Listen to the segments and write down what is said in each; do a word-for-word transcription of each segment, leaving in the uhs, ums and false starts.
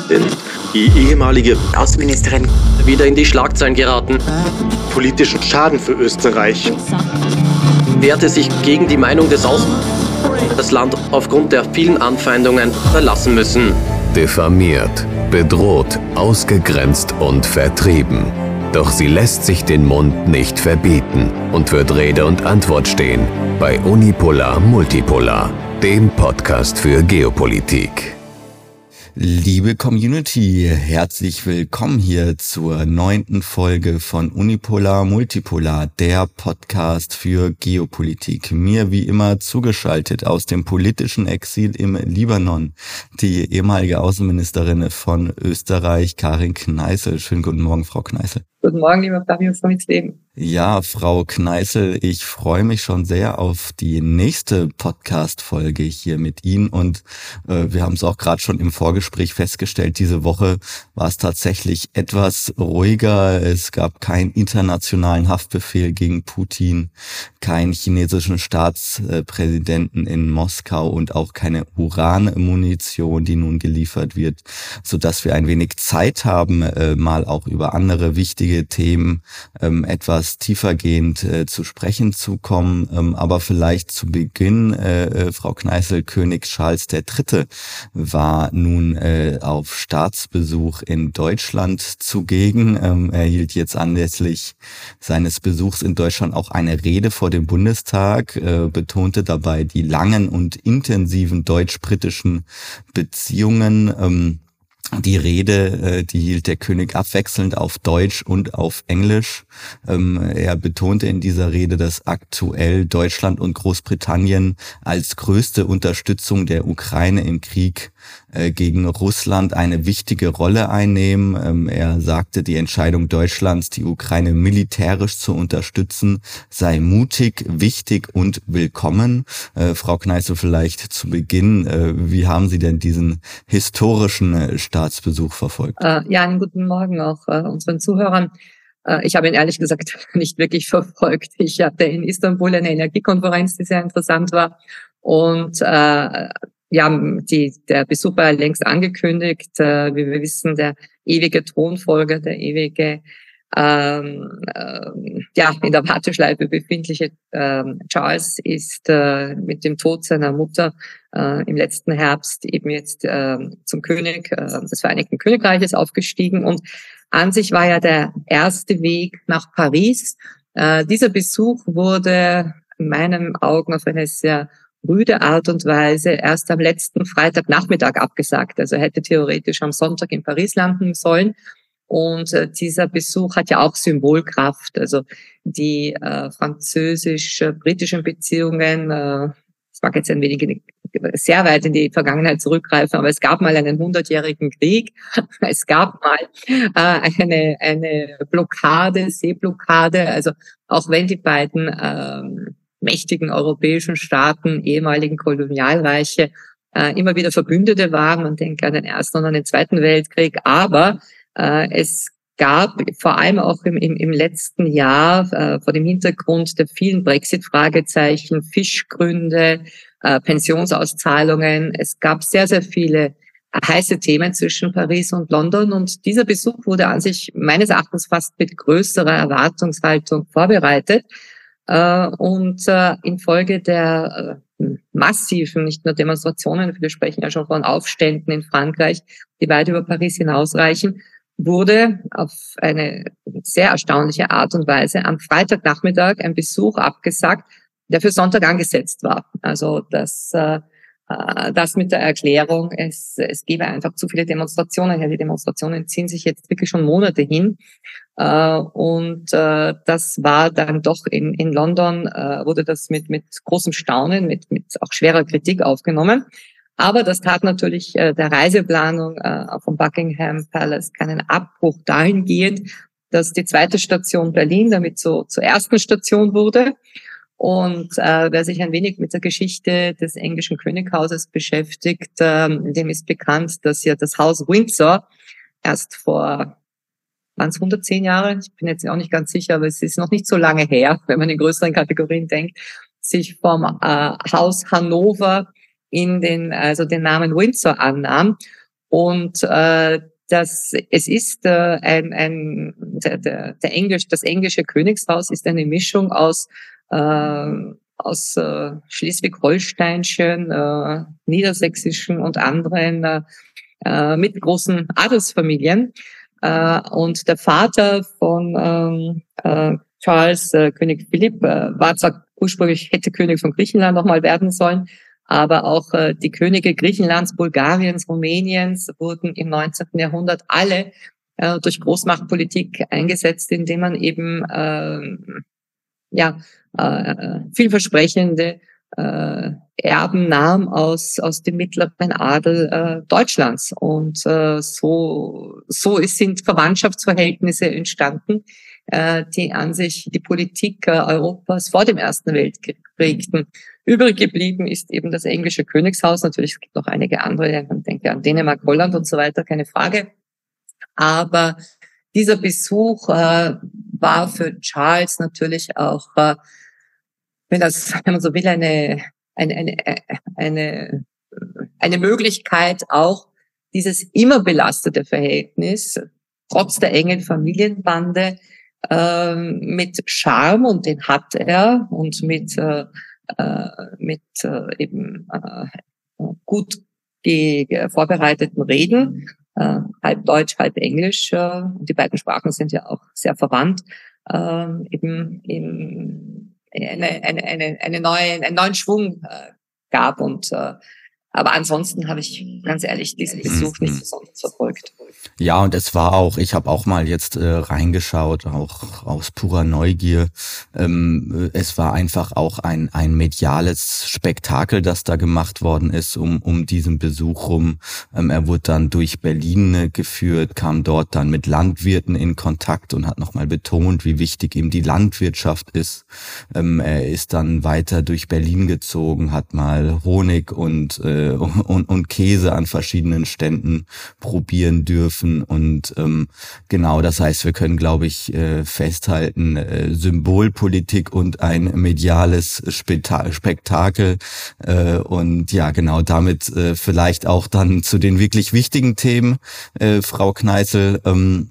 Denn die ehemalige Außenministerin wieder in die Schlagzeilen geraten. Politischen Schaden für Österreich. Wehrte sich gegen die Meinung des Aus... das Land aufgrund der vielen Anfeindungen verlassen müssen. Diffamiert, bedroht, ausgegrenzt und vertrieben. Doch sie lässt sich den Mund nicht verbieten und wird Rede und Antwort stehen bei Unipolar Multipolar, dem Podcast für Geopolitik. Liebe Community, herzlich willkommen hier zur neunten Folge von Unipolar Multipolar, der Podcast für Geopolitik. Mir wie immer zugeschaltet aus dem politischen Exil im Libanon, die ehemalige Außenministerin von Österreich, Karin Kneißl. Schönen guten Morgen, Frau Kneißl. Guten Morgen, lieber Flavio von Leben. Ja, Frau Kneißl, ich freue mich schon sehr auf die nächste Podcast-Folge hier mit Ihnen und äh, wir haben es auch gerade schon im Vorgespräch festgestellt, diese Woche war es tatsächlich etwas ruhiger. Es gab keinen internationalen Haftbefehl gegen Putin, keinen chinesischen Staatspräsidenten in Moskau und auch keine Uranmunition, die nun geliefert wird, sodass wir ein wenig Zeit haben, äh, mal auch über andere wichtige Themen ähm, etwas tiefergehend äh, zu sprechen zu kommen, ähm, aber vielleicht zu Beginn, äh, Frau Kneißl, König Charles der Dritte war nun äh, auf Staatsbesuch in Deutschland zugegen. Ähm, er hielt jetzt anlässlich seines Besuchs in Deutschland auch eine Rede vor dem Bundestag, äh, betonte dabei die langen und intensiven deutsch-britischen Beziehungen. Ähm, Die Rede, die hielt der König abwechselnd auf Deutsch und auf Englisch. Er betonte in dieser Rede, dass aktuell Deutschland und Großbritannien als größte Unterstützung der Ukraine im Krieg gegen Russland eine wichtige Rolle einnehmen. Er sagte, die Entscheidung Deutschlands, die Ukraine militärisch zu unterstützen, sei mutig, wichtig und willkommen. Frau Kneißl, vielleicht zu Beginn, wie haben Sie denn diesen historischen Staatsbesuch verfolgt? Äh, ja, einen guten Morgen auch äh, unseren Zuhörern. Äh, ich habe ihn ehrlich gesagt nicht wirklich verfolgt. Ich hatte in Istanbul eine Energiekonferenz, die sehr interessant war. Und äh, ja, die, der Besuch war längst angekündigt. Äh, wie wir wissen, der ewige Thronfolger, der ewige Ähm, äh, ja, in der Warteschleife befindliche äh, Charles ist äh, mit dem Tod seiner Mutter äh, im letzten Herbst eben jetzt äh, zum König äh, des Vereinigten Königreiches aufgestiegen und an sich war ja der erste Weg nach Paris. Äh, dieser Besuch wurde in meinen Augen auf eine sehr rüde Art und Weise erst am letzten Freitagnachmittag abgesagt. Also hätte theoretisch am Sonntag in Paris landen sollen. Und äh, dieser Besuch hat ja auch Symbolkraft. Also die äh, französisch-britischen Beziehungen, äh, das mag jetzt ein wenig in die, sehr weit in die Vergangenheit zurückgreifen, aber es gab mal einen hundertjährigen Krieg. Es gab mal äh, eine eine Blockade, Seeblockade. Also auch wenn die beiden äh, mächtigen europäischen Staaten, ehemaligen Kolonialreiche, äh, immer wieder Verbündete waren, man denkt an den Ersten und an den Zweiten Weltkrieg, aber äh, es gab vor allem auch im, im, im letzten Jahr äh, vor dem Hintergrund der vielen Brexit-Fragezeichen, Fischgründe, äh, Pensionsauszahlungen. Es gab sehr, sehr viele heiße Themen zwischen Paris und London und dieser Besuch wurde an sich meines Erachtens fast mit größerer Erwartungshaltung vorbereitet. Äh, und äh, infolge der äh, massiven, nicht nur Demonstrationen, wir sprechen ja schon von Aufständen in Frankreich, die weit über Paris hinausreichen, wurde auf eine sehr erstaunliche Art und Weise am Freitagnachmittag ein Besuch abgesagt, der für Sonntag angesetzt war. Also das, äh, das mit der Erklärung, es, es gebe einfach zu viele Demonstrationen. Ja, die Demonstrationen ziehen sich jetzt wirklich schon Monate hin. Äh, und äh, das war dann doch in, in London, äh, wurde das mit, mit großem Staunen, mit, mit auch schwerer Kritik aufgenommen. Aber das tat natürlich äh, der Reiseplanung äh, vom Buckingham Palace keinen Abbruch dahingehend, dass die zweite Station Berlin damit so zur ersten Station wurde. Und äh, wer sich ein wenig mit der Geschichte des englischen Könighauses beschäftigt, ähm, dem ist bekannt, dass ja das Haus Windsor erst vor, waren es hundertzehn Jahre? Ich bin jetzt auch nicht ganz sicher, aber es ist noch nicht so lange her, wenn man in größeren Kategorien denkt, sich vom äh, Haus Hannover in den, also den Namen Windsor annahm. Und äh, das, es ist äh, ein, ein der, der, der Englisch, das englische Königshaus ist eine Mischung aus äh, aus äh, schleswig-holsteinischen, äh, niedersächsischen und anderen äh, mit großen Adelsfamilien. Äh, und der Vater von ähm, äh, Charles, äh, König Philipp, äh, war zwar ursprünglich, hätte König von Griechenland nochmal werden sollen, aber auch äh, die Könige Griechenlands, Bulgariens, Rumäniens wurden im neunzehnten Jahrhundert alle äh, durch Großmachtpolitik eingesetzt, indem man eben äh, ja äh, vielversprechende äh, Erben nahm aus aus dem mittleren Adel äh, Deutschlands. Und äh, so so ist, sind Verwandtschaftsverhältnisse entstanden, äh, die an sich die Politik äh, Europas vor dem Ersten Weltkrieg prägten. Übrig geblieben ist eben das englische Königshaus. Natürlich, es gibt noch einige andere, man denke an Dänemark, Holland und so weiter, keine Frage. Aber dieser Besuch äh, war für Charles natürlich auch, äh, wenn das, wenn man so will, eine eine eine eine eine Möglichkeit, auch dieses immer belastete Verhältnis trotz der engen Familienbande äh, mit Charme, und den hat er, und mit äh, äh, mit äh, eben äh, gut ge- vorbereiteten Reden, äh, halb Deutsch, halb Englisch, äh, und die beiden Sprachen sind ja auch sehr verwandt, äh, eben in eine eine eine eine neue einen neuen Schwung äh, gab. Und äh, aber ansonsten habe ich ganz ehrlich diesen Besuch nicht besonders verfolgt. Ja, und es war auch, ich habe auch mal jetzt äh, reingeschaut, auch aus purer Neugier. Ähm, es war einfach auch ein ein mediales Spektakel, das da gemacht worden ist um um diesen Besuch rum. Ähm, er wurde dann durch Berlin äh, geführt, kam dort dann mit Landwirten in Kontakt und hat nochmal betont, wie wichtig ihm die Landwirtschaft ist. Ähm, er ist dann weiter durch Berlin gezogen, hat mal Honig und äh, und, und Käse an verschiedenen Ständen probieren dürfen. Und ähm, genau, das heißt, wir können, glaube ich, äh, festhalten, äh, Symbolpolitik und ein mediales Speta- Spektakel. Äh, und ja, genau, damit äh, vielleicht auch dann zu den wirklich wichtigen Themen, äh, Frau Kneißl. Ähm,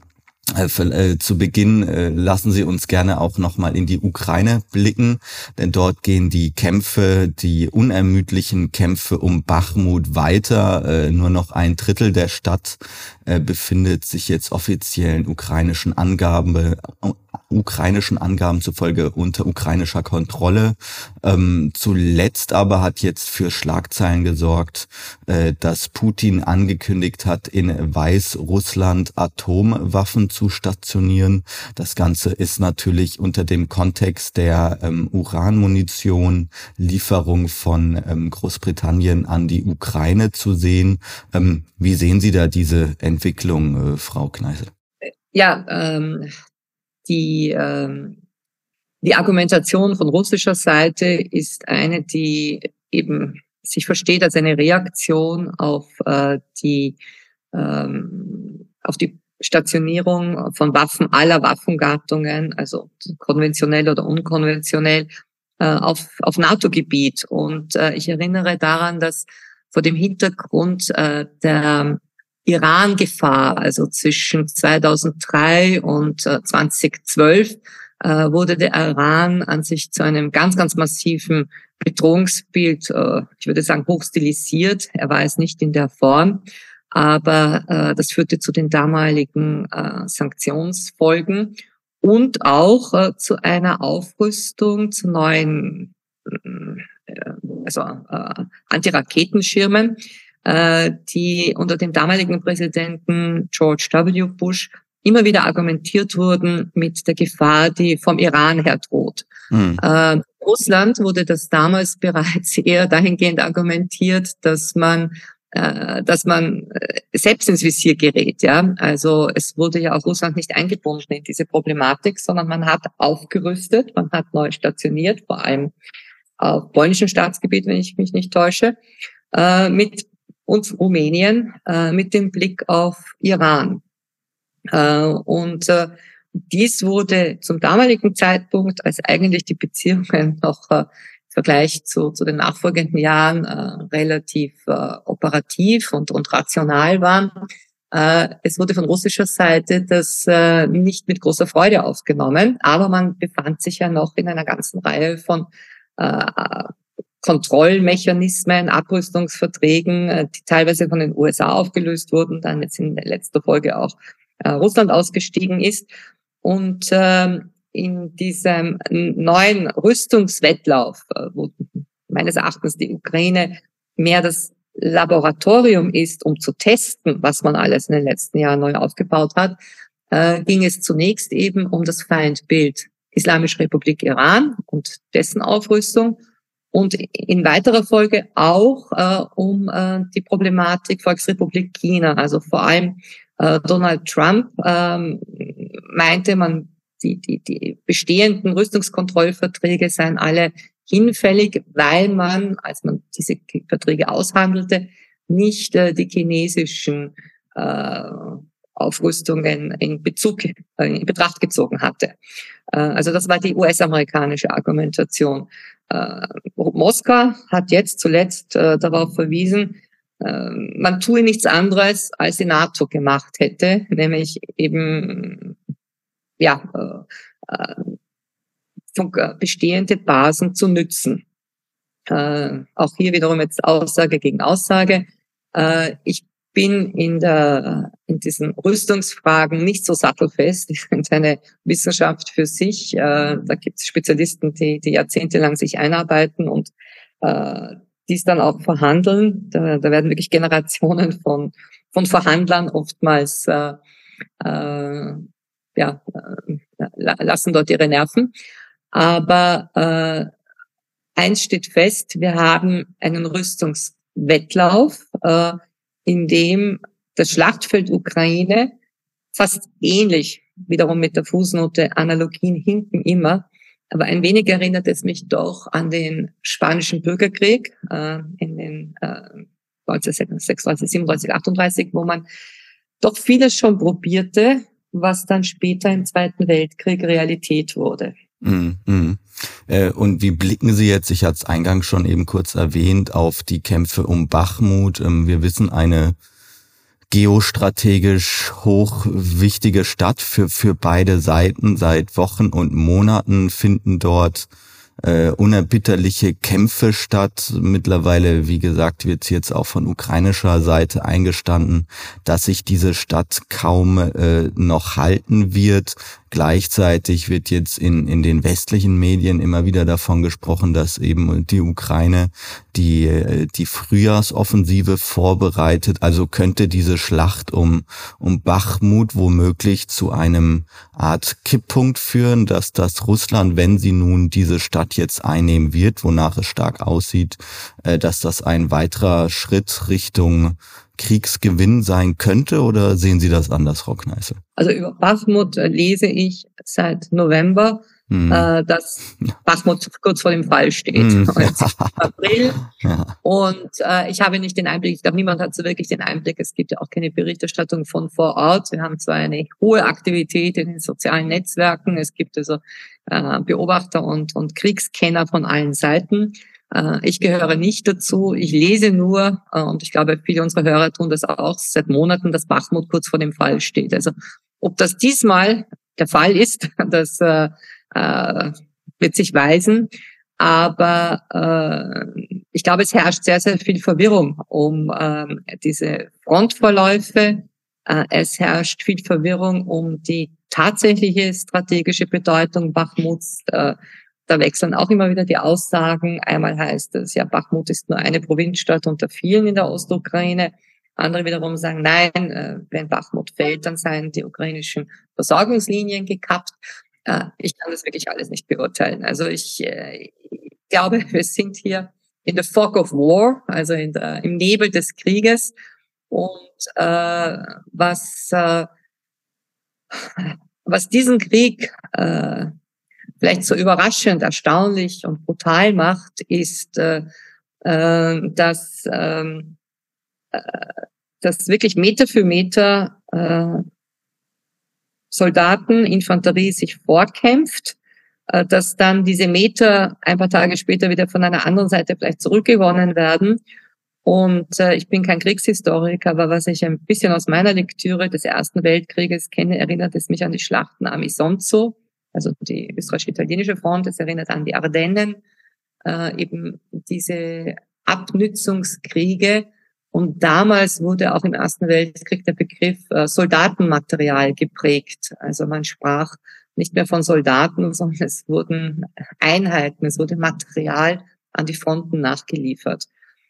Äh, zu Beginn äh, lassen Sie uns gerne auch nochmal in die Ukraine blicken, denn dort gehen die Kämpfe, die unermüdlichen Kämpfe um Bachmut weiter. Äh, nur noch ein Drittel der Stadt äh, befindet sich jetzt offiziellen ukrainischen Angaben, äh, ukrainischen Angaben zufolge unter ukrainischer Kontrolle. Ähm, zuletzt aber hat jetzt für Schlagzeilen gesorgt, äh, dass Putin angekündigt hat, in Weißrussland Atomwaffen zu stationieren. Das Ganze ist natürlich unter dem Kontext der ähm, Uranmunition, Lieferung von ähm, Großbritannien an die Ukraine zu sehen. Ähm, wie sehen Sie da diese Entwicklung, äh, Frau Kneißl? Ja, ähm, die ähm, die Argumentation von russischer Seite ist eine, die eben sich versteht als eine Reaktion auf äh, die ähm, auf die Stationierung von Waffen aller Waffengattungen, also konventionell oder unkonventionell, äh, auf auf NATO-Gebiet. Und äh, ich erinnere daran, dass vor dem Hintergrund äh, der Iran-Gefahr, also zwischen zweitausenddrei und äh, zweitausendzwölf, äh, wurde der Iran an sich zu einem ganz, ganz massiven Bedrohungsbild, äh, ich würde sagen, hochstilisiert. Er war es nicht in der Form, aber äh, das führte zu den damaligen äh, Sanktionsfolgen und auch äh, zu einer Aufrüstung, zu neuen äh, also äh, Antiraketenschirmen, äh, die unter dem damaligen Präsidenten George W. Bush immer wieder argumentiert wurden mit der Gefahr, die vom Iran her droht. Mhm. Äh, Russland wurde das damals bereits eher dahingehend argumentiert, dass man dass man selbst ins Visier gerät, ja. Also es wurde ja auch Russland nicht eingebunden in diese Problematik, sondern man hat aufgerüstet, man hat neu stationiert, vor allem auf polnischem Staatsgebiet, wenn ich mich nicht täusche, äh, mit und Rumänien, äh, mit dem Blick auf Iran. Äh, und äh, dies wurde zum damaligen Zeitpunkt, als eigentlich die Beziehungen noch äh, Vergleich zu, zu den nachfolgenden Jahren äh, relativ äh, operativ und, und rational waren. Äh, es wurde von russischer Seite das äh, nicht mit großer Freude aufgenommen, aber man befand sich ja noch in einer ganzen Reihe von äh, Kontrollmechanismen, Abrüstungsverträgen, äh, die teilweise von den U S A aufgelöst wurden, dann jetzt in letzter Folge auch äh, Russland ausgestiegen ist. Und äh, in diesem neuen Rüstungswettlauf, äh, wo meines Erachtens die Ukraine mehr das Laboratorium ist, um zu testen, was man alles in den letzten Jahren neu aufgebaut hat, äh, ging es zunächst eben um das Feindbild Islamische Republik Iran und dessen Aufrüstung und in weiterer Folge auch äh, um äh, die Problematik Volksrepublik China. Also vor allem äh, Donald Trump ähm, meinte, man die, die, die bestehenden Rüstungskontrollverträge seien alle hinfällig, weil man, als man diese Verträge aushandelte, nicht äh, die chinesischen äh, Aufrüstungen in Bezug, äh, in Betracht gezogen hatte. Äh, also das war die U S-amerikanische Argumentation. Äh, Moskau hat jetzt zuletzt äh, darauf verwiesen, äh, man tue nichts anderes, als die NATO gemacht hätte, nämlich eben ja äh, äh, bestehende Basen zu nützen. Äh, auch hier wiederum jetzt Aussage gegen Aussage. Äh, ich bin in der in diesen Rüstungsfragen nicht so sattelfest. Die sind eine Wissenschaft für sich. Äh, da gibt es Spezialisten, die die jahrzehntelang sich einarbeiten und äh, dies dann auch verhandeln. Da, da werden wirklich Generationen von von Verhandlern oftmals äh, äh, ja äh, lassen dort ihre Nerven. Aber äh, eins steht fest, wir haben einen Rüstungswettlauf, äh, in dem das Schlachtfeld Ukraine fast ähnlich, wiederum mit der Fußnote Analogien hinken immer, aber ein wenig erinnert es mich doch an den Spanischen Bürgerkrieg äh, in den äh, neunzehnhundertsechsunddreißig, siebenunddreißig, achtunddreißig, wo man doch vieles schon probierte, was dann später im Zweiten Weltkrieg Realität wurde. Mm, mm. Äh, und wie blicken Sie jetzt, ich hatte es eingangs schon eben kurz erwähnt, auf die Kämpfe um Bachmut? Ähm, wir wissen, eine geostrategisch hochwichtige Stadt für, für beide Seiten. Seit Wochen und Monaten finden dort äh, unerbitterliche Kämpfe statt. Mittlerweile, wie gesagt, wird jetzt auch von ukrainischer Seite eingestanden, dass sich diese Stadt kaum äh, noch halten wird. Gleichzeitig wird jetzt in in den westlichen Medien immer wieder davon gesprochen, dass eben die Ukraine die die Frühjahrsoffensive vorbereitet. Also könnte diese Schlacht um um Bachmut womöglich zu einem Art Kipppunkt führen, dass das Russland, wenn sie nun diese Stadt jetzt einnehmen wird, wonach es stark aussieht, dass das ein weiterer Schritt Richtung Kriegsgewinn sein könnte, oder sehen Sie das anders, Frau Kneißl? Also über Bachmut äh, lese ich seit November, hm. äh, dass Bachmut kurz vor dem Fall steht. Hm. April. Ja. Und äh, ich habe nicht den Einblick, ich glaube, niemand hat so wirklich den Einblick. Es gibt ja auch keine Berichterstattung von vor Ort. Wir haben zwar eine hohe Aktivität in den sozialen Netzwerken. Es gibt also äh, Beobachter und, und Kriegskenner von allen Seiten. Ich gehöre nicht dazu. Ich lese nur, und ich glaube, viele unserer Hörer tun das auch seit Monaten, dass Bachmut kurz vor dem Fall steht. Also ob das diesmal der Fall ist, das äh, wird sich weisen. Aber äh, ich glaube, es herrscht sehr, sehr viel Verwirrung um äh, diese Frontverläufe. Äh, es herrscht viel Verwirrung um die tatsächliche strategische Bedeutung Bachmuts. Äh, Da wechseln auch immer wieder die Aussagen. Einmal heißt es, ja, Bachmut ist nur eine Provinzstadt unter vielen in der Ostukraine. Andere wiederum sagen, nein, wenn Bachmut fällt, dann seien die ukrainischen Versorgungslinien gekappt. Ich kann das wirklich alles nicht beurteilen. Also ich, ich glaube, wir sind hier in the fog of war, also in der, im Nebel des Krieges. Und äh, was, äh, was diesen Krieg äh, vielleicht so überraschend, erstaunlich und brutal macht, ist, äh, äh, dass, äh, dass wirklich Meter für Meter äh, Soldaten, Infanterie sich vorkämpft äh, dass dann diese Meter ein paar Tage später wieder von einer anderen Seite vielleicht zurückgewonnen werden. Und äh, ich bin kein Kriegshistoriker, aber was ich ein bisschen aus meiner Lektüre des Ersten Weltkrieges kenne, erinnert es mich an die Schlachten am Isonzo, also die österreichisch-italienische Front. Es erinnert an die Ardennen, äh, eben diese Abnützungskriege. Und damals wurde auch im Ersten Weltkrieg der Begriff äh, Soldatenmaterial geprägt. Also man sprach nicht mehr von Soldaten, sondern es wurden Einheiten, es wurde Material an die Fronten nachgeliefert.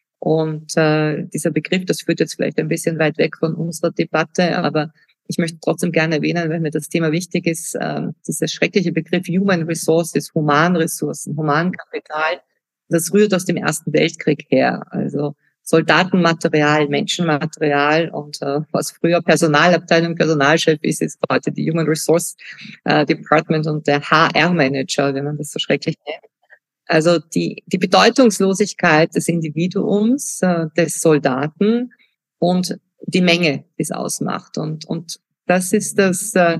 Und äh, dieser Begriff, das führt jetzt vielleicht ein bisschen weit weg von unserer Debatte, aber ich möchte trotzdem gerne erwähnen, wenn mir das Thema wichtig ist, äh, dieser schreckliche Begriff Human Resources, Humanressourcen, Humankapital, das rührt aus dem Ersten Weltkrieg her. Also Soldatenmaterial, Menschenmaterial und äh, was früher Personalabteilung, Personalchef ist, ist heute die Human Resource äh, Department und der H R-Manager, wenn man das so schrecklich nennt. Also die, die Bedeutungslosigkeit des Individuums, äh, des Soldaten und die Menge, die es ausmacht. Und, und das ist das äh,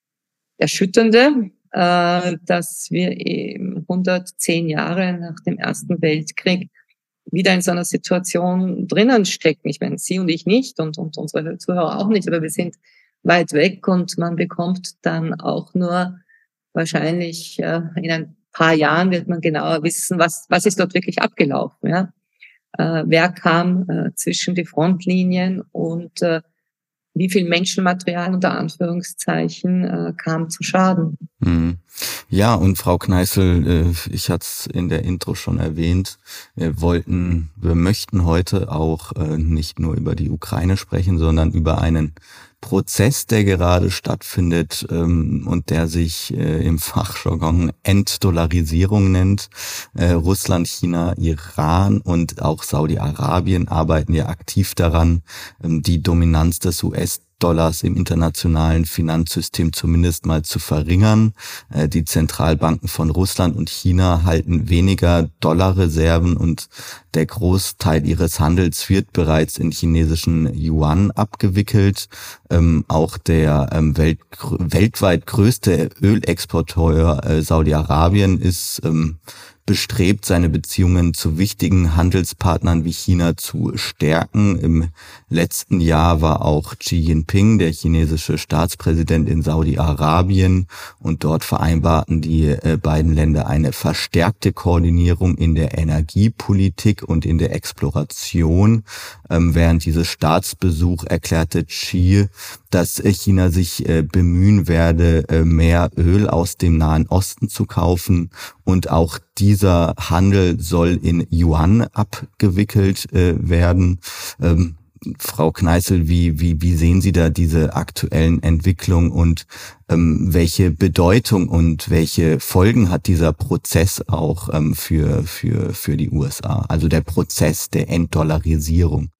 Erschütternde, äh, dass wir eben hundertzehn Jahre nach dem Ersten Weltkrieg wieder in so einer Situation drinnen stecken. Ich meine, Sie und ich nicht und, und unsere Zuhörer auch nicht, aber wir sind weit weg und man bekommt dann auch nur wahrscheinlich äh, in ein paar Jahren wird man genauer wissen, was was ist dort wirklich abgelaufen. Ja? Äh, wer kam äh, zwischen die Frontlinien und äh, wie viel Menschenmaterial unter Anführungszeichen äh, kam zu Schaden. Hm. Ja, und Frau Kneißl, äh, ich hatte es in der Intro schon erwähnt, wir wollten, wir möchten heute auch äh, nicht nur über die Ukraine sprechen, sondern über einen Prozess, der gerade stattfindet ähm, und der sich äh, im Fachjargon Entdollarisierung nennt. Äh, Russland, China, Iran und auch Saudi-Arabien arbeiten ja aktiv daran, ähm, die Dominanz des U S-Dollars im internationalen Finanzsystem zumindest mal zu verringern. Äh, die Zentralbanken von Russland und China halten weniger Dollarreserven und der Großteil ihres Handels wird bereits in chinesischen Yuan abgewickelt. Ähm, auch der ähm, Welt, weltweit größte Ölexporteur äh, Saudi-Arabien ist ähm, bestrebt, seine Beziehungen zu wichtigen Handelspartnern wie China zu stärken. Im letzten Jahr war auch Xi Jinping, der chinesische Staatspräsident, in Saudi-Arabien und dort vereinbarten die äh, beiden Länder eine verstärkte Koordinierung in der Energiepolitik und in der Exploration. Ähm, während dieses Staatsbesuch erklärte Xi, dass China sich äh, bemühen werde, äh, mehr Öl aus dem Nahen Osten zu kaufen und auch dieser Handel soll in Yuan abgewickelt äh, werden. Ähm, Frau Kneißl, wie, wie, wie sehen Sie da diese aktuellen Entwicklungen und ähm, welche Bedeutung und welche Folgen hat dieser Prozess auch ähm, für, für, für die U S A? Also der Prozess der Entdollarisierung.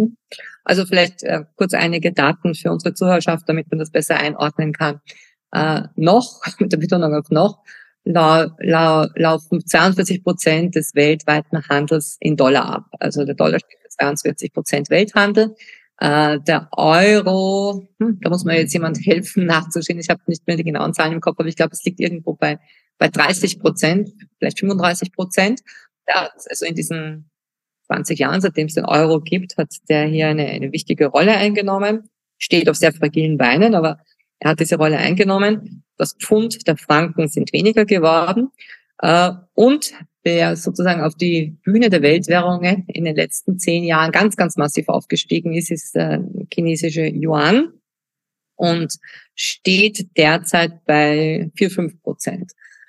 Also vielleicht äh, kurz einige Daten für unsere Zuhörerschaft, damit man das besser einordnen kann. Äh, noch, mit der Betonung auf noch, lau, lau, laufen zweiundvierzig Prozent des weltweiten Handels in Dollar ab. Also der Dollar steht für zweiundvierzig Prozent Welthandel. Äh, der Euro, hm, da muss mir jetzt jemand helfen nachzuschauen. Ich habe nicht mehr die genauen Zahlen im Kopf, aber ich glaube, es liegt irgendwo bei bei dreißig Prozent, vielleicht fünfunddreißig Prozent. Ja, also in diesen zwanzig Jahren, seitdem es den Euro gibt, hat der hier eine, eine wichtige Rolle eingenommen, steht auf sehr fragilen Beinen, aber er hat diese Rolle eingenommen. Das Pfund, der Franken sind weniger geworden. Äh, und wer sozusagen auf die Bühne der Weltwährungen in den letzten zehn Jahren ganz, ganz massiv aufgestiegen ist, ist der chinesische Yuan und steht derzeit bei vier, fünf Prozent.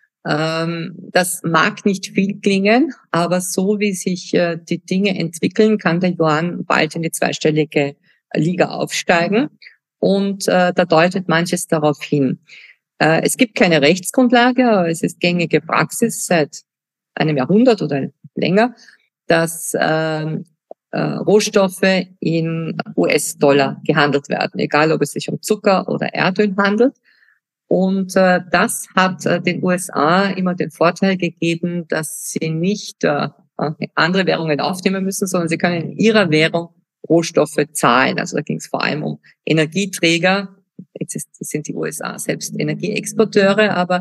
Das mag nicht viel klingen, aber so wie sich die Dinge entwickeln, kann der Yuan bald in die zweistellige Liga aufsteigen. Und da deutet manches darauf hin. Es gibt keine Rechtsgrundlage, aber es ist gängige Praxis seit einem Jahrhundert oder länger, dass Rohstoffe in U S-Dollar gehandelt werden, egal ob es sich um Zucker oder Erdöl handelt. Und äh, das hat äh, den U S A immer den Vorteil gegeben, dass sie nicht äh, andere Währungen aufnehmen müssen, sondern sie können in ihrer Währung Rohstoffe zahlen. Also da ging es vor allem um Energieträger. Jetzt ist, sind die U S A selbst Energieexporteure, aber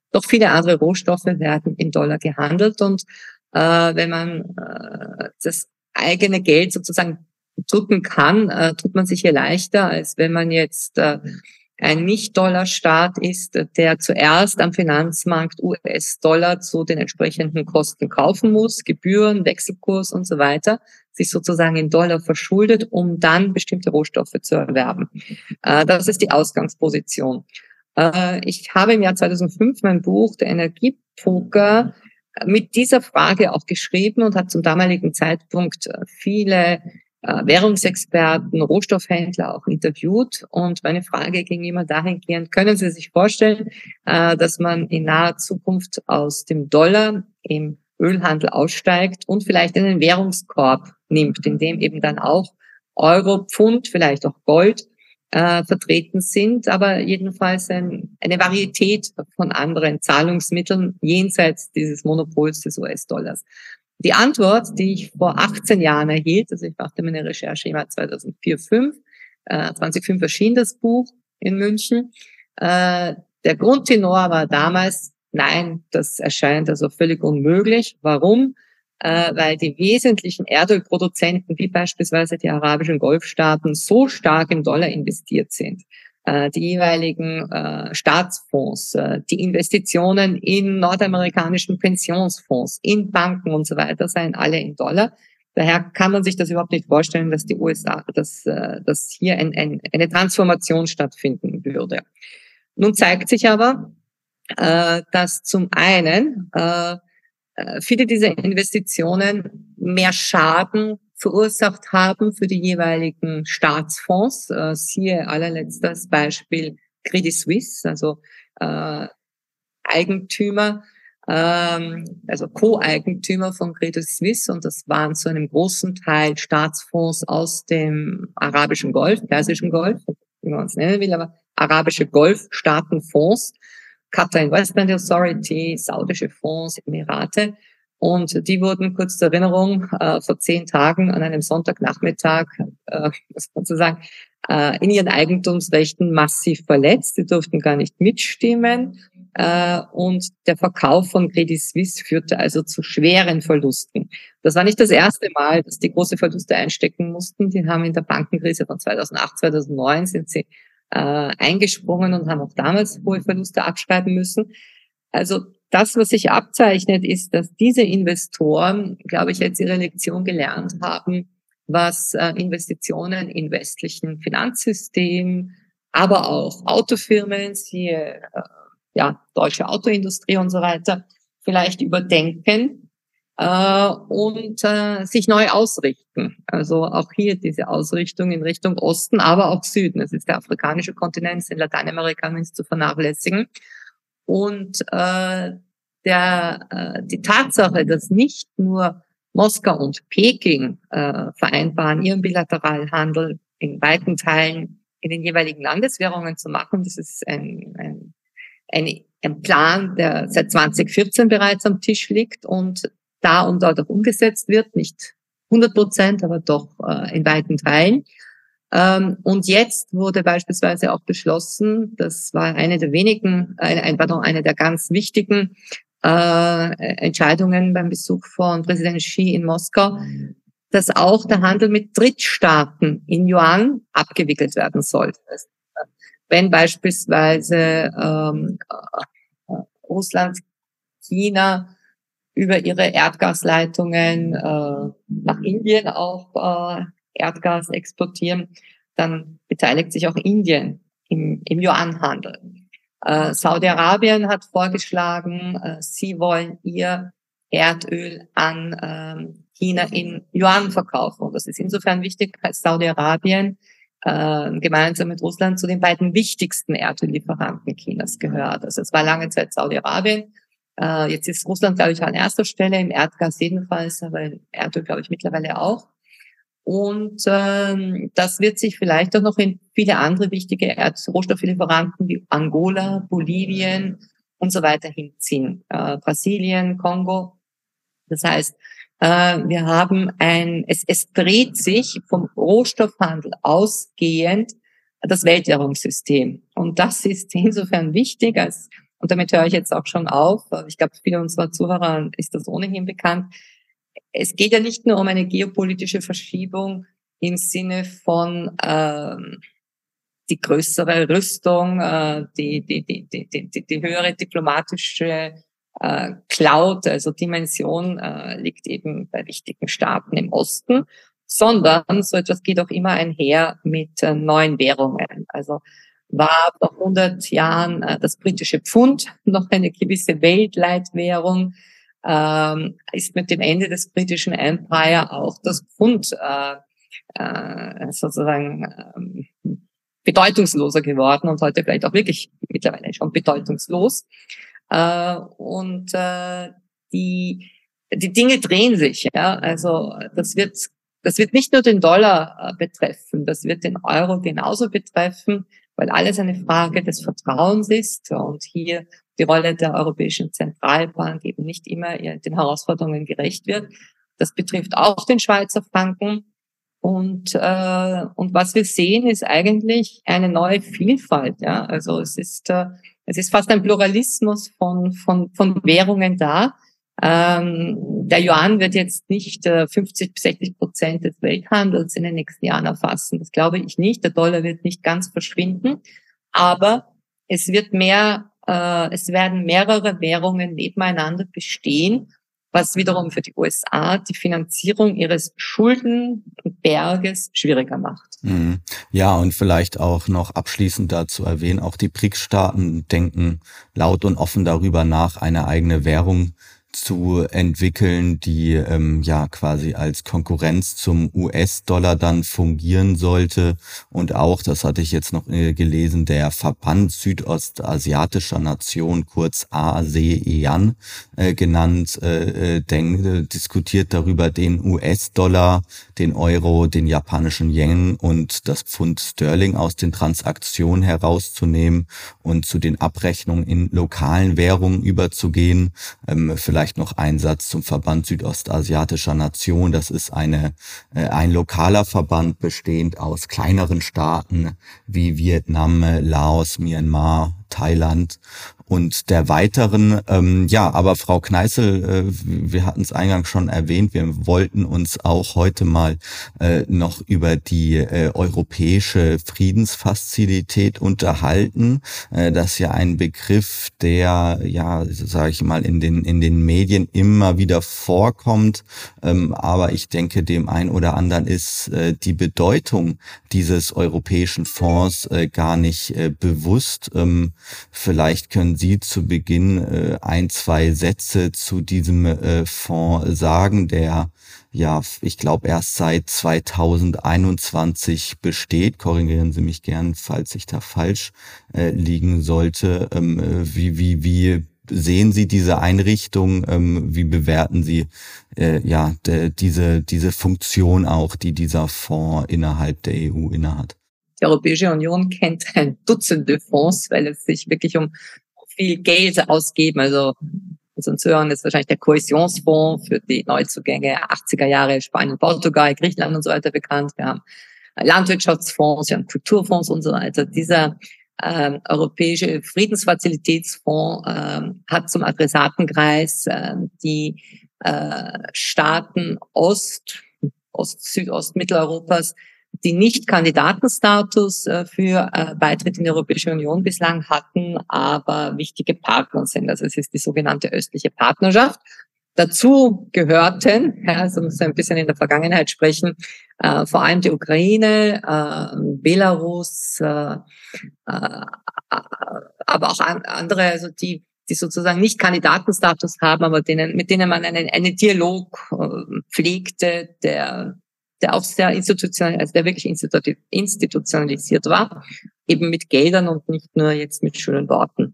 Doch viele andere Rohstoffe werden in Dollar gehandelt und äh, wenn man äh, das eigene Geld sozusagen drücken kann, äh, tut man sich hier leichter, als wenn man jetzt äh, ein Nicht-Dollar-Staat ist, der zuerst am Finanzmarkt U S-Dollar zu den entsprechenden Kosten kaufen muss, Gebühren, Wechselkurs und so weiter, sich sozusagen in Dollar verschuldet, um dann bestimmte Rohstoffe zu erwerben. Äh, das ist die Ausgangsposition. Äh, ich habe im Jahr zweitausendfünf mein Buch Der Energiepoker mit dieser Frage auch geschrieben und hat zum damaligen Zeitpunkt viele Währungsexperten, Rohstoffhändler auch interviewt. Und meine Frage ging immer dahingehend, können Sie sich vorstellen, dass man in naher Zukunft aus dem Dollar im Ölhandel aussteigt und vielleicht einen Währungskorb nimmt, in dem eben dann auch Euro, Pfund, vielleicht auch Gold äh, vertreten sind, aber jedenfalls ein, eine Varietät von anderen Zahlungsmitteln jenseits dieses Monopols des U S-Dollars. Die Antwort, die ich vor achtzehn Jahren erhielt, also ich machte meine Recherche im Jahr zweitausendvier, fünf, äh, zweitausendfünf erschien das Buch in München. Äh, der Grundtenor war damals, nein, das erscheint also völlig unmöglich. Warum? Äh, weil die wesentlichen Erdölproduzenten, wie beispielsweise die arabischen Golfstaaten, so stark im Dollar investiert sind. Die jeweiligen äh, Staatsfonds, äh, die Investitionen in nordamerikanischen Pensionsfonds, in Banken und so weiter seien alle in Dollar. Daher kann man sich das überhaupt nicht vorstellen, dass die U S A, dass, äh, dass hier ein, ein, eine Transformation stattfinden würde. Nun zeigt sich aber, äh, dass zum einen äh, viele dieser Investitionen mehr Schaden verursacht haben für die jeweiligen Staatsfonds. Äh, siehe allerletztes Beispiel Credit Suisse, also äh, Eigentümer, ähm, also Co-Eigentümer von Credit Suisse, und das waren zu einem großen Teil Staatsfonds aus dem arabischen Golf, Persischen Golf, wie man es nennen will, aber arabische Golfstaatenfonds, Qatar Investment Authority, saudische Fonds, Emirate. Und die wurden, kurz zur Erinnerung, äh, vor zehn Tagen an einem Sonntagnachmittag, äh, muss man so sagen, äh, in ihren Eigentumsrechten massiv verletzt. Sie durften gar nicht mitstimmen. Äh, und der Verkauf von Credit Suisse führte also zu schweren Verlusten. Das war nicht das erste Mal, dass die große Verluste einstecken mussten. Die haben in der Bankenkrise von zweitausendacht, zweitausendneun sind sie äh, eingesprungen und haben auch damals hohe Verluste abschreiben müssen. Also das, was sich abzeichnet, ist, dass diese Investoren, glaube ich, jetzt ihre Lektion gelernt haben, was äh, Investitionen in westlichen Finanzsystemen, aber auch Autofirmen, siehe äh, ja, deutsche Autoindustrie und so weiter, vielleicht überdenken äh, und äh, sich neu ausrichten. Also auch hier diese Ausrichtung in Richtung Osten, aber auch Süden. Es ist der afrikanische Kontinent, in Lateinamerika nicht zu vernachlässigen. Und äh, der äh, die Tatsache, dass nicht nur Moskau und Peking äh, vereinbaren, ihren Bilateralhandel in weiten Teilen in den jeweiligen Landeswährungen zu machen, das ist ein, ein, ein, ein Plan, der seit zweitausendvierzehn bereits am Tisch liegt und da und dort auch umgesetzt wird, nicht hundert Prozent, aber doch äh, in weiten Teilen. Ähm, und jetzt wurde beispielsweise auch beschlossen, das war eine der wenigen, äh, pardon, eine der ganz wichtigen äh, Entscheidungen beim Besuch von Präsident Xi in Moskau, dass auch der Handel mit Drittstaaten in Yuan abgewickelt werden soll. Wenn beispielsweise ähm, äh, Russland, China über ihre Erdgasleitungen äh, nach Indien auch äh, Erdgas exportieren, dann beteiligt sich auch Indien im, im Yuan-Handel. Äh, Saudi-Arabien hat vorgeschlagen, äh, sie wollen ihr Erdöl an äh, China in Yuan verkaufen. Und das ist insofern wichtig, als Saudi-Arabien äh, gemeinsam mit Russland zu den beiden wichtigsten Erdöllieferanten Chinas gehört. Also es war lange Zeit Saudi-Arabien. Äh, jetzt ist Russland, glaube ich, an erster Stelle, im Erdgas jedenfalls, aber im Erdöl, glaube ich, mittlerweile auch. Und ähm, das wird sich vielleicht auch noch in viele andere wichtige Erdrohstofflieferanten wie Angola, Bolivien und so weiter hinziehen. Äh, Brasilien, Kongo. Das heißt, äh, wir haben ein, es, es dreht sich vom Rohstoffhandel ausgehend das Weltwährungssystem. Und das ist insofern wichtig, als und damit höre ich jetzt auch schon auf, ich glaube, viele unserer Zuhörer ist das ohnehin bekannt, es geht ja nicht nur um eine geopolitische Verschiebung im Sinne von ähm, die größere Rüstung, äh, die, die, die, die, die, die höhere diplomatische äh, Cloud, also Dimension, äh, liegt eben bei wichtigen Staaten im Osten, sondern so etwas geht auch immer einher mit äh, neuen Währungen. Also war vor hundert Jahren äh, das britische Pfund noch eine gewisse Weltleitwährung, ähm, ist mit dem Ende des britischen Empire auch das Pfund äh, äh, sozusagen äh, bedeutungsloser geworden und heute vielleicht auch wirklich mittlerweile schon bedeutungslos. Äh, und äh, die die Dinge drehen sich. Ja, also das wird das wird nicht nur den Dollar äh, betreffen, das wird den Euro genauso betreffen, weil alles eine Frage des Vertrauens ist und hier die Rolle der Europäischen Zentralbank eben nicht immer den Herausforderungen gerecht wird. Das betrifft auch den Schweizer Franken. Und äh, und was wir sehen, ist eigentlich eine neue Vielfalt. Ja, also es ist äh, es ist fast ein Pluralismus von von von Währungen da. Ähm, der Yuan wird jetzt nicht äh, fünfzig bis sechzig Prozent des Welthandels in den nächsten Jahren erfassen. Das glaube ich nicht. Der Dollar wird nicht ganz verschwinden, aber es wird mehr, äh, es werden mehrere Währungen nebeneinander bestehen, was wiederum für die U S A die Finanzierung ihres Schuldenberges schwieriger macht. Ja, und vielleicht auch noch abschließend dazu erwähnen, auch die B R I C S-Staaten denken laut und offen darüber nach, eine eigene Währung zu entwickeln, die ähm, ja quasi als Konkurrenz zum U S-Dollar dann fungieren sollte. Und auch, das hatte ich jetzt noch äh, gelesen, der Verband südostasiatischer Nationen, kurz ASEAN äh, genannt, äh, denk, äh, diskutiert darüber, den U S-Dollar, den Euro, den japanischen Yen und das Pfund Sterling aus den Transaktionen herauszunehmen und zu den Abrechnungen in lokalen Währungen überzugehen. Ähm, vielleicht noch ein Satz zum Verband südostasiatischer Nationen. Das ist eine äh, ein lokaler Verband bestehend aus kleineren Staaten wie Vietnam, Laos, Myanmar, Thailand und der weiteren. Ähm, ja, aber Frau Kneißl, äh, wir hatten es eingangs schon erwähnt, wir wollten uns auch heute mal äh, noch über die äh, europäische Friedensfazilität unterhalten. Äh, das ist ja ein Begriff, der, ja, sage ich mal, in den in den Medien immer wieder vorkommt. Ähm, aber ich denke, dem einen oder anderen ist äh, die Bedeutung dieses europäischen Fonds äh, gar nicht äh, bewusst. Ähm, vielleicht können Sie zu Beginn äh, ein, zwei Sätze zu diesem äh, Fonds sagen, der ja, ich glaube, erst seit zweitausendeinundzwanzig besteht. Korrigieren Sie mich gern, falls ich da falsch äh, liegen sollte. Ähm, wie, wie, wie sehen Sie diese Einrichtung? Ähm, wie bewerten Sie äh, ja de, diese diese Funktion auch, die dieser Fonds innerhalb der E U innehat? Die Europäische Union kennt ein Dutzende Fonds, weil es sich wirklich um viel Geld ausgeben. Also unseren Zuhörern ist wahrscheinlich der Kohäsionsfonds für die Neuzugänge achtziger Jahre, Spanien, Portugal, Griechenland und so weiter bekannt. Wir haben Landwirtschaftsfonds, wir haben Kulturfonds und so weiter. Dieser ähm, europäische Friedensfazilitätsfonds ähm, hat zum Adressatenkreis äh, die äh, Staaten Ost, Ost, Südost, Mitteleuropas, die nicht Kandidatenstatus äh, für äh, Beitritt in die Europäische Union bislang hatten, aber wichtige Partner sind. Also es ist die sogenannte östliche Partnerschaft. Dazu gehörten, ja, also muss ein bisschen in der Vergangenheit sprechen, äh, vor allem die Ukraine, äh, Belarus, äh, äh, aber auch an, andere, also die die sozusagen nicht Kandidatenstatus haben, aber denen, mit denen man einen, einen Dialog äh, pflegte, der der auch sehr institutionell, also der wirklich institutionalisiert war, eben mit Geldern und nicht nur jetzt mit schönen Worten.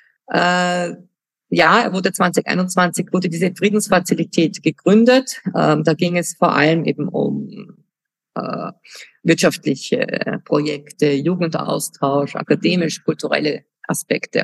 Äh, ja, er wurde zwanzig einundzwanzig wurde diese Friedensfazilität gegründet. Ähm, da ging es vor allem eben um äh, wirtschaftliche Projekte, Jugendaustausch, akademisch-kulturelle Aspekte.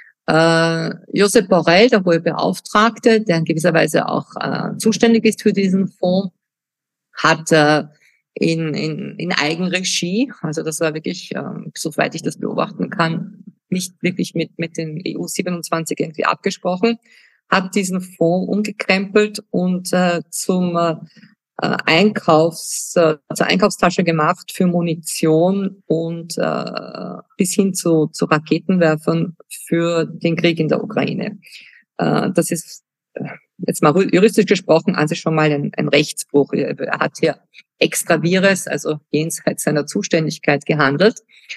Äh, Josep Borrell, der hohe Beauftragte, der in gewisser Weise auch äh, zuständig ist für diesen Fonds, hat äh, in, in, in Eigenregie, also das war wirklich, äh, soweit ich das beobachten kann, nicht wirklich mit, mit den E U siebenundzwanzig irgendwie abgesprochen, hat diesen Fonds umgekrempelt und äh, zum äh, Einkaufs, äh, zur Einkaufstasche gemacht für Munition und äh, bis hin zu, zu Raketenwerfern für den Krieg in der Ukraine. Äh, das ist äh, jetzt mal juristisch gesprochen an sich schon mal ein, ein Rechtsbruch. Er hat hier extra Vires, also jenseits seiner Zuständigkeit gehandelt.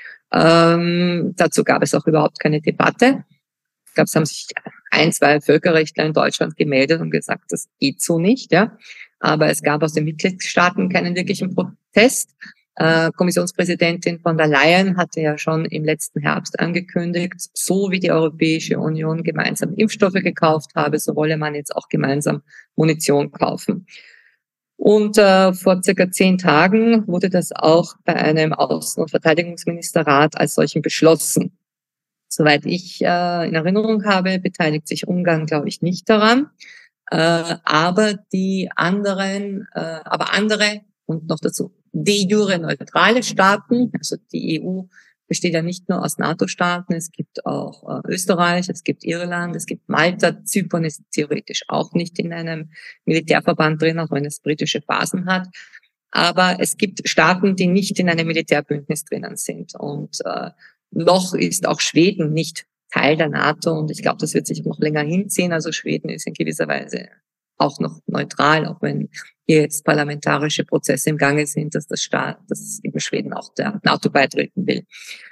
Ähm, dazu gab es auch überhaupt keine Debatte. Ich glaube, es haben sich ein, zwei Völkerrechtler in Deutschland gemeldet und gesagt, das geht so nicht, ja. Aber es gab aus den Mitgliedstaaten keinen wirklichen Protest. Äh, Kommissionspräsidentin von der Leyen hatte ja schon im letzten Herbst angekündigt, so wie die Europäische Union gemeinsam Impfstoffe gekauft habe, so wolle man jetzt auch gemeinsam Munition kaufen. Und äh, vor circa zehn Tagen wurde das auch bei einem Außen- und Verteidigungsministerrat als solchen beschlossen. Soweit ich äh, in Erinnerung habe, beteiligt sich Ungarn, glaube ich, nicht daran. Äh, aber die anderen, äh, aber andere und noch dazu de jure neutrale Staaten, also die E U besteht ja nicht nur aus NATO-Staaten, es gibt auch äh, Österreich, es gibt Irland, es gibt Malta, Zypern ist theoretisch auch nicht in einem Militärverband drin, auch wenn es britische Basen hat. Aber es gibt Staaten, die nicht in einem Militärbündnis drinnen sind. Und äh, noch ist auch Schweden nicht Teil der NATO und ich glaube, das wird sich noch länger hinziehen. Also Schweden ist in gewisser Weise auch noch neutral, auch wenn hier jetzt parlamentarische Prozesse im Gange sind, dass das Staat, dass eben Schweden auch der NATO beitreten will.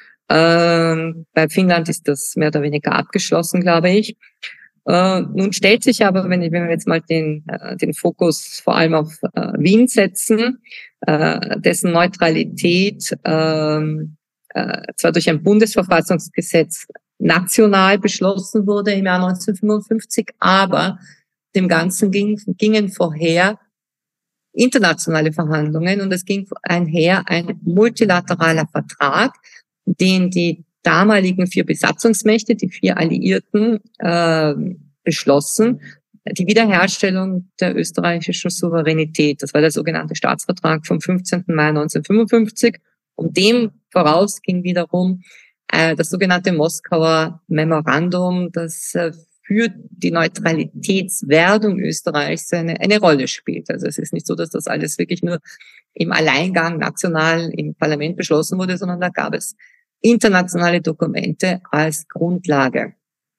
Ähm, bei Finnland ist das mehr oder weniger abgeschlossen, glaube ich. Äh, nun stellt sich aber, wenn, wenn wir jetzt mal den, äh, den Fokus vor allem auf äh, Wien setzen, äh, dessen Neutralität äh, äh, zwar durch ein Bundesverfassungsgesetz national beschlossen wurde im Jahr neunzehnhundertfünfundfünfzig, aber dem Ganzen ging, gingen vorher internationale Verhandlungen und es ging einher ein multilateraler Vertrag, den die damaligen vier Besatzungsmächte, die vier Alliierten, äh, beschlossen, die Wiederherstellung der österreichischen Souveränität. Das war der sogenannte Staatsvertrag vom fünfzehnten Mai neunzehnhundertfünfundfünfzig. Und dem voraus ging wiederum äh, das sogenannte Moskauer Memorandum, das äh, für die Neutralitätswerdung Österreichs eine, eine Rolle spielt. Also es ist nicht so, dass das alles wirklich nur im Alleingang national im Parlament beschlossen wurde, sondern da gab es internationale Dokumente als Grundlage.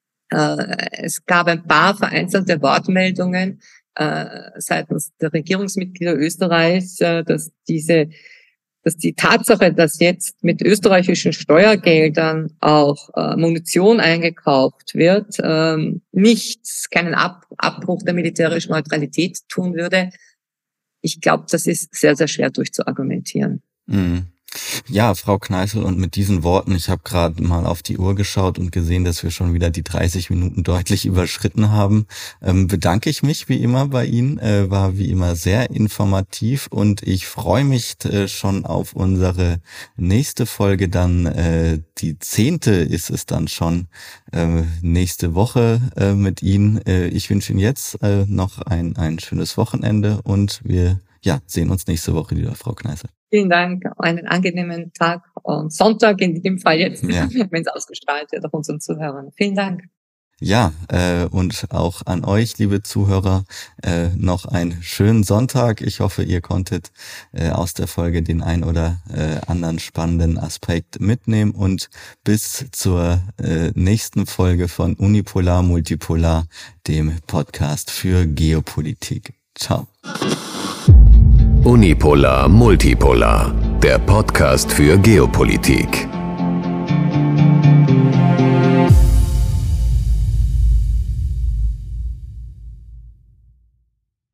Äh, es gab ein paar vereinzelte Wortmeldungen äh, seitens der Regierungsmitglieder Österreichs, äh, dass diese dass die Tatsache, dass jetzt mit österreichischen Steuergeldern auch äh, Munition eingekauft wird, ähm, nichts, keinen Ab- Abbruch der militärischen Neutralität tun würde. Ich glaube, das ist sehr, sehr schwer durchzuargumentieren. Mhm. Ja, Frau Kneißl, und mit diesen Worten, ich habe gerade mal auf die Uhr geschaut und gesehen, dass wir schon wieder die dreißig Minuten deutlich überschritten haben, ähm, bedanke ich mich wie immer bei Ihnen, äh, war wie immer sehr informativ und ich freue mich äh, schon auf unsere nächste Folge, dann äh, die zehnte ist es dann schon äh, nächste Woche äh, mit Ihnen. Äh, ich wünsche Ihnen jetzt äh, noch ein, ein schönes Wochenende und wir ja sehen uns nächste Woche wieder, Frau Kneißl. Vielen Dank, einen angenehmen Tag und Sonntag in dem Fall jetzt, ja. Wenn es ausgestrahlt wird auf unseren Zuhörern. Vielen Dank. Ja, äh, und auch an euch, liebe Zuhörer, äh, noch einen schönen Sonntag. Ich hoffe, ihr konntet äh, aus der Folge den ein oder äh, anderen spannenden Aspekt mitnehmen und bis zur äh, nächsten Folge von Unipolar Multipolar, dem Podcast für Geopolitik. Ciao. Unipolar Multipolar, der Podcast für Geopolitik.